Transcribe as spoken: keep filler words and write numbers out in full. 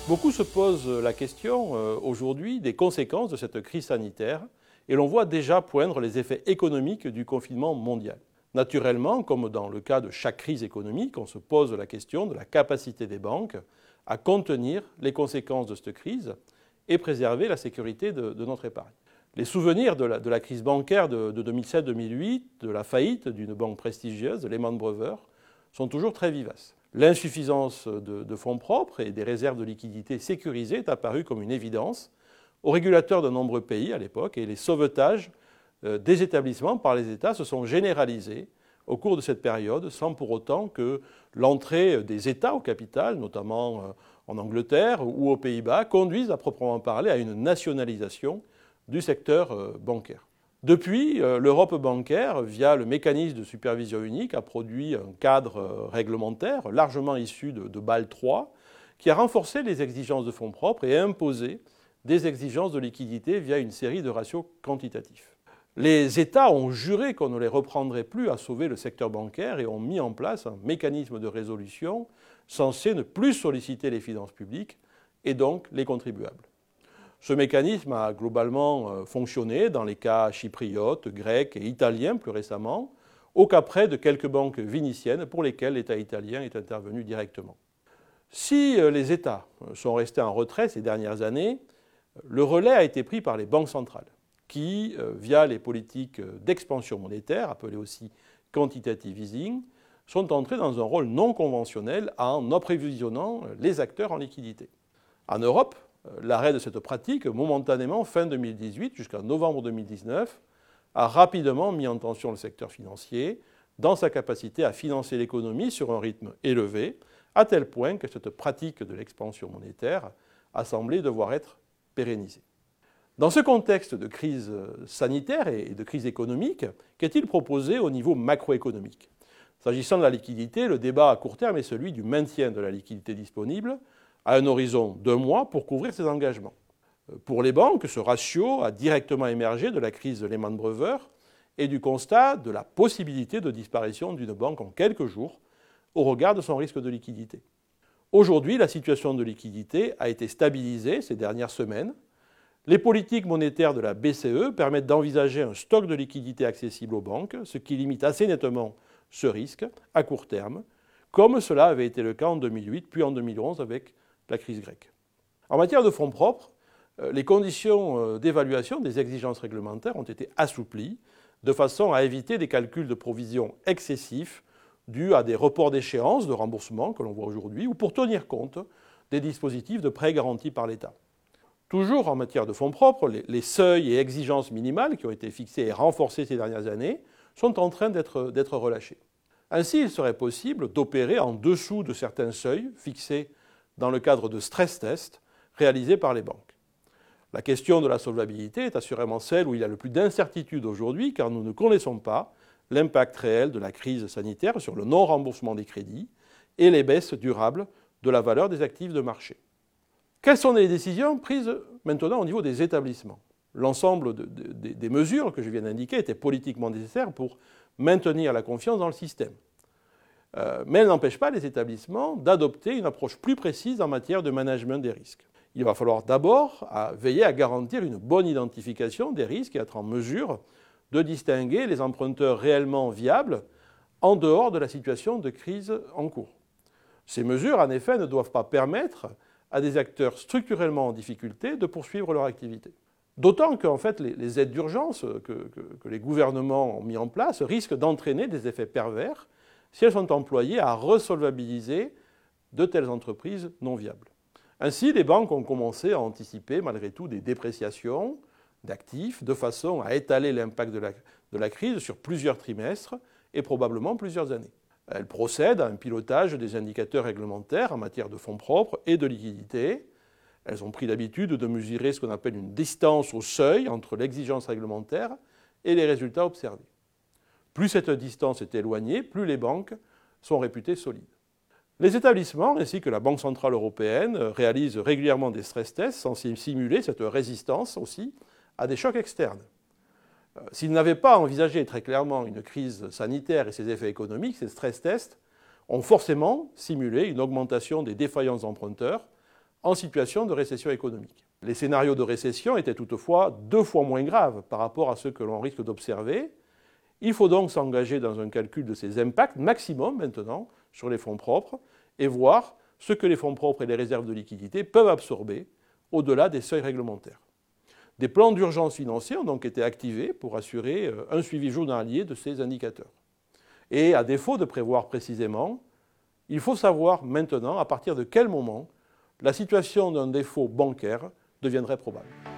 Beaucoup se posent la question euh, aujourd'hui des conséquences de cette crise sanitaire et l'on voit déjà poindre les effets économiques du confinement mondial. Naturellement, comme dans le cas de chaque crise économique, on se pose la question de la capacité des banques à contenir les conséquences de cette crise et préserver la sécurité de, de notre épargne. Les souvenirs de la, de la crise bancaire de, de deux mille sept deux mille huit, de la faillite d'une banque prestigieuse, Lehman Brothers, sont toujours très vivaces. L'insuffisance de, de fonds propres et des réserves de liquidités sécurisées est apparue comme une évidence aux régulateurs de nombreux pays à l'époque et les sauvetages euh, des établissements par les États se sont généralisés au cours de cette période sans pour autant que l'entrée des États au capital, notamment euh, en Angleterre ou aux Pays-Bas, conduise à proprement parler à une nationalisation du secteur euh, bancaire. Depuis, l'Europe bancaire, via le mécanisme de supervision unique, a produit un cadre réglementaire largement issu de, de Bâle trois qui a renforcé les exigences de fonds propres et imposé des exigences de liquidité via une série de ratios quantitatifs. Les États ont juré qu'on ne les reprendrait plus à sauver le secteur bancaire et ont mis en place un mécanisme de résolution censé ne plus solliciter les finances publiques et donc les contribuables. Ce mécanisme a globalement fonctionné dans les cas chypriotes, grecs et italiens plus récemment, au cas près de quelques banques vénitiennes pour lesquelles l'État italien est intervenu directement. Si les États sont restés en retrait ces dernières années, le relais a été pris par les banques centrales qui, via les politiques d'expansion monétaire, appelées aussi quantitative easing, sont entrées dans un rôle non conventionnel en approvisionnant les acteurs en liquidité. En Europe, l'arrêt de cette pratique, momentanément fin deux mille dix-huit jusqu'en novembre deux mille dix-neuf, a rapidement mis en tension le secteur financier dans sa capacité à financer l'économie sur un rythme élevé, à tel point que cette pratique de l'expansion monétaire a semblé devoir être pérennisée. Dans ce contexte de crise sanitaire et de crise économique, qu'est-il proposé au niveau macroéconomique ? S'agissant de la liquidité, le débat à court terme est celui du maintien de la liquidité disponible à un horizon d'un mois pour couvrir ses engagements. Pour les banques, ce ratio a directement émergé de la crise de Lehman Brothers et du constat de la possibilité de disparition d'une banque en quelques jours au regard de son risque de liquidité. Aujourd'hui, la situation de liquidité a été stabilisée ces dernières semaines. Les politiques monétaires de la B C E permettent d'envisager un stock de liquidité accessible aux banques, ce qui limite assez nettement ce risque à court terme, comme cela avait été le cas en deux mille huit puis en deux mille onze avec la crise grecque. En matière de fonds propres, les conditions d'évaluation des exigences réglementaires ont été assouplies de façon à éviter des calculs de provisions excessifs dus à des reports d'échéance de remboursement que l'on voit aujourd'hui ou pour tenir compte des dispositifs de prêts garantis par l'État. Toujours en matière de fonds propres, les seuils et exigences minimales qui ont été fixées et renforcées ces dernières années sont en train d'être, d'être relâchés. Ainsi, il serait possible d'opérer en dessous de certains seuils fixés dans le cadre de stress tests réalisés par les banques. La question de la solvabilité est assurément celle où il y a le plus d'incertitude aujourd'hui car nous ne connaissons pas l'impact réel de la crise sanitaire sur le non-remboursement des crédits et les baisses durables de la valeur des actifs de marché. Quelles sont les décisions prises maintenant au niveau des établissements ? L'ensemble de, de, de, des mesures que je viens d'indiquer étaient politiquement nécessaires pour maintenir la confiance dans le système. Euh, mais elles n'empêchent pas les établissements d'adopter une approche plus précise en matière de management des risques. Il va falloir d'abord à veiller à garantir une bonne identification des risques et être en mesure de distinguer les emprunteurs réellement viables en dehors de la situation de crise en cours. Ces mesures, en effet, ne doivent pas permettre à des acteurs structurellement en difficulté de poursuivre leur activité. D'autant qu'en fait, les, les aides d'urgence que, que, que les gouvernements ont mis en place risquent d'entraîner des effets pervers si elles sont employées à resolvabiliser de telles entreprises non viables. Ainsi, les banques ont commencé à anticiper malgré tout des dépréciations d'actifs de façon à étaler l'impact de la, de la crise sur plusieurs trimestres et probablement plusieurs années. Elles procèdent à un pilotage des indicateurs réglementaires en matière de fonds propres et de liquidité. Elles ont pris l'habitude de mesurer ce qu'on appelle une distance au seuil entre l'exigence réglementaire et les résultats observés. Plus cette distance est éloignée, plus les banques sont réputées solides. Les établissements, ainsi que la Banque centrale européenne, réalisent régulièrement des stress tests censés simuler cette résistance aussi à des chocs externes. S'ils n'avaient pas envisagé très clairement une crise sanitaire et ses effets économiques, ces stress tests ont forcément simulé une augmentation des défaillances emprunteurs en situation de récession économique. Les scénarios de récession étaient toutefois deux fois moins graves par rapport à ceux que l'on risque d'observer. Il faut donc s'engager dans un calcul de ces impacts maximum maintenant sur les fonds propres et voir ce que les fonds propres et les réserves de liquidité peuvent absorber au-delà des seuils réglementaires. Des plans d'urgence financiers ont donc été activés pour assurer un suivi journalier de ces indicateurs. Et à défaut de prévoir précisément, il faut savoir maintenant à partir de quel moment la situation d'un défaut bancaire deviendrait probable.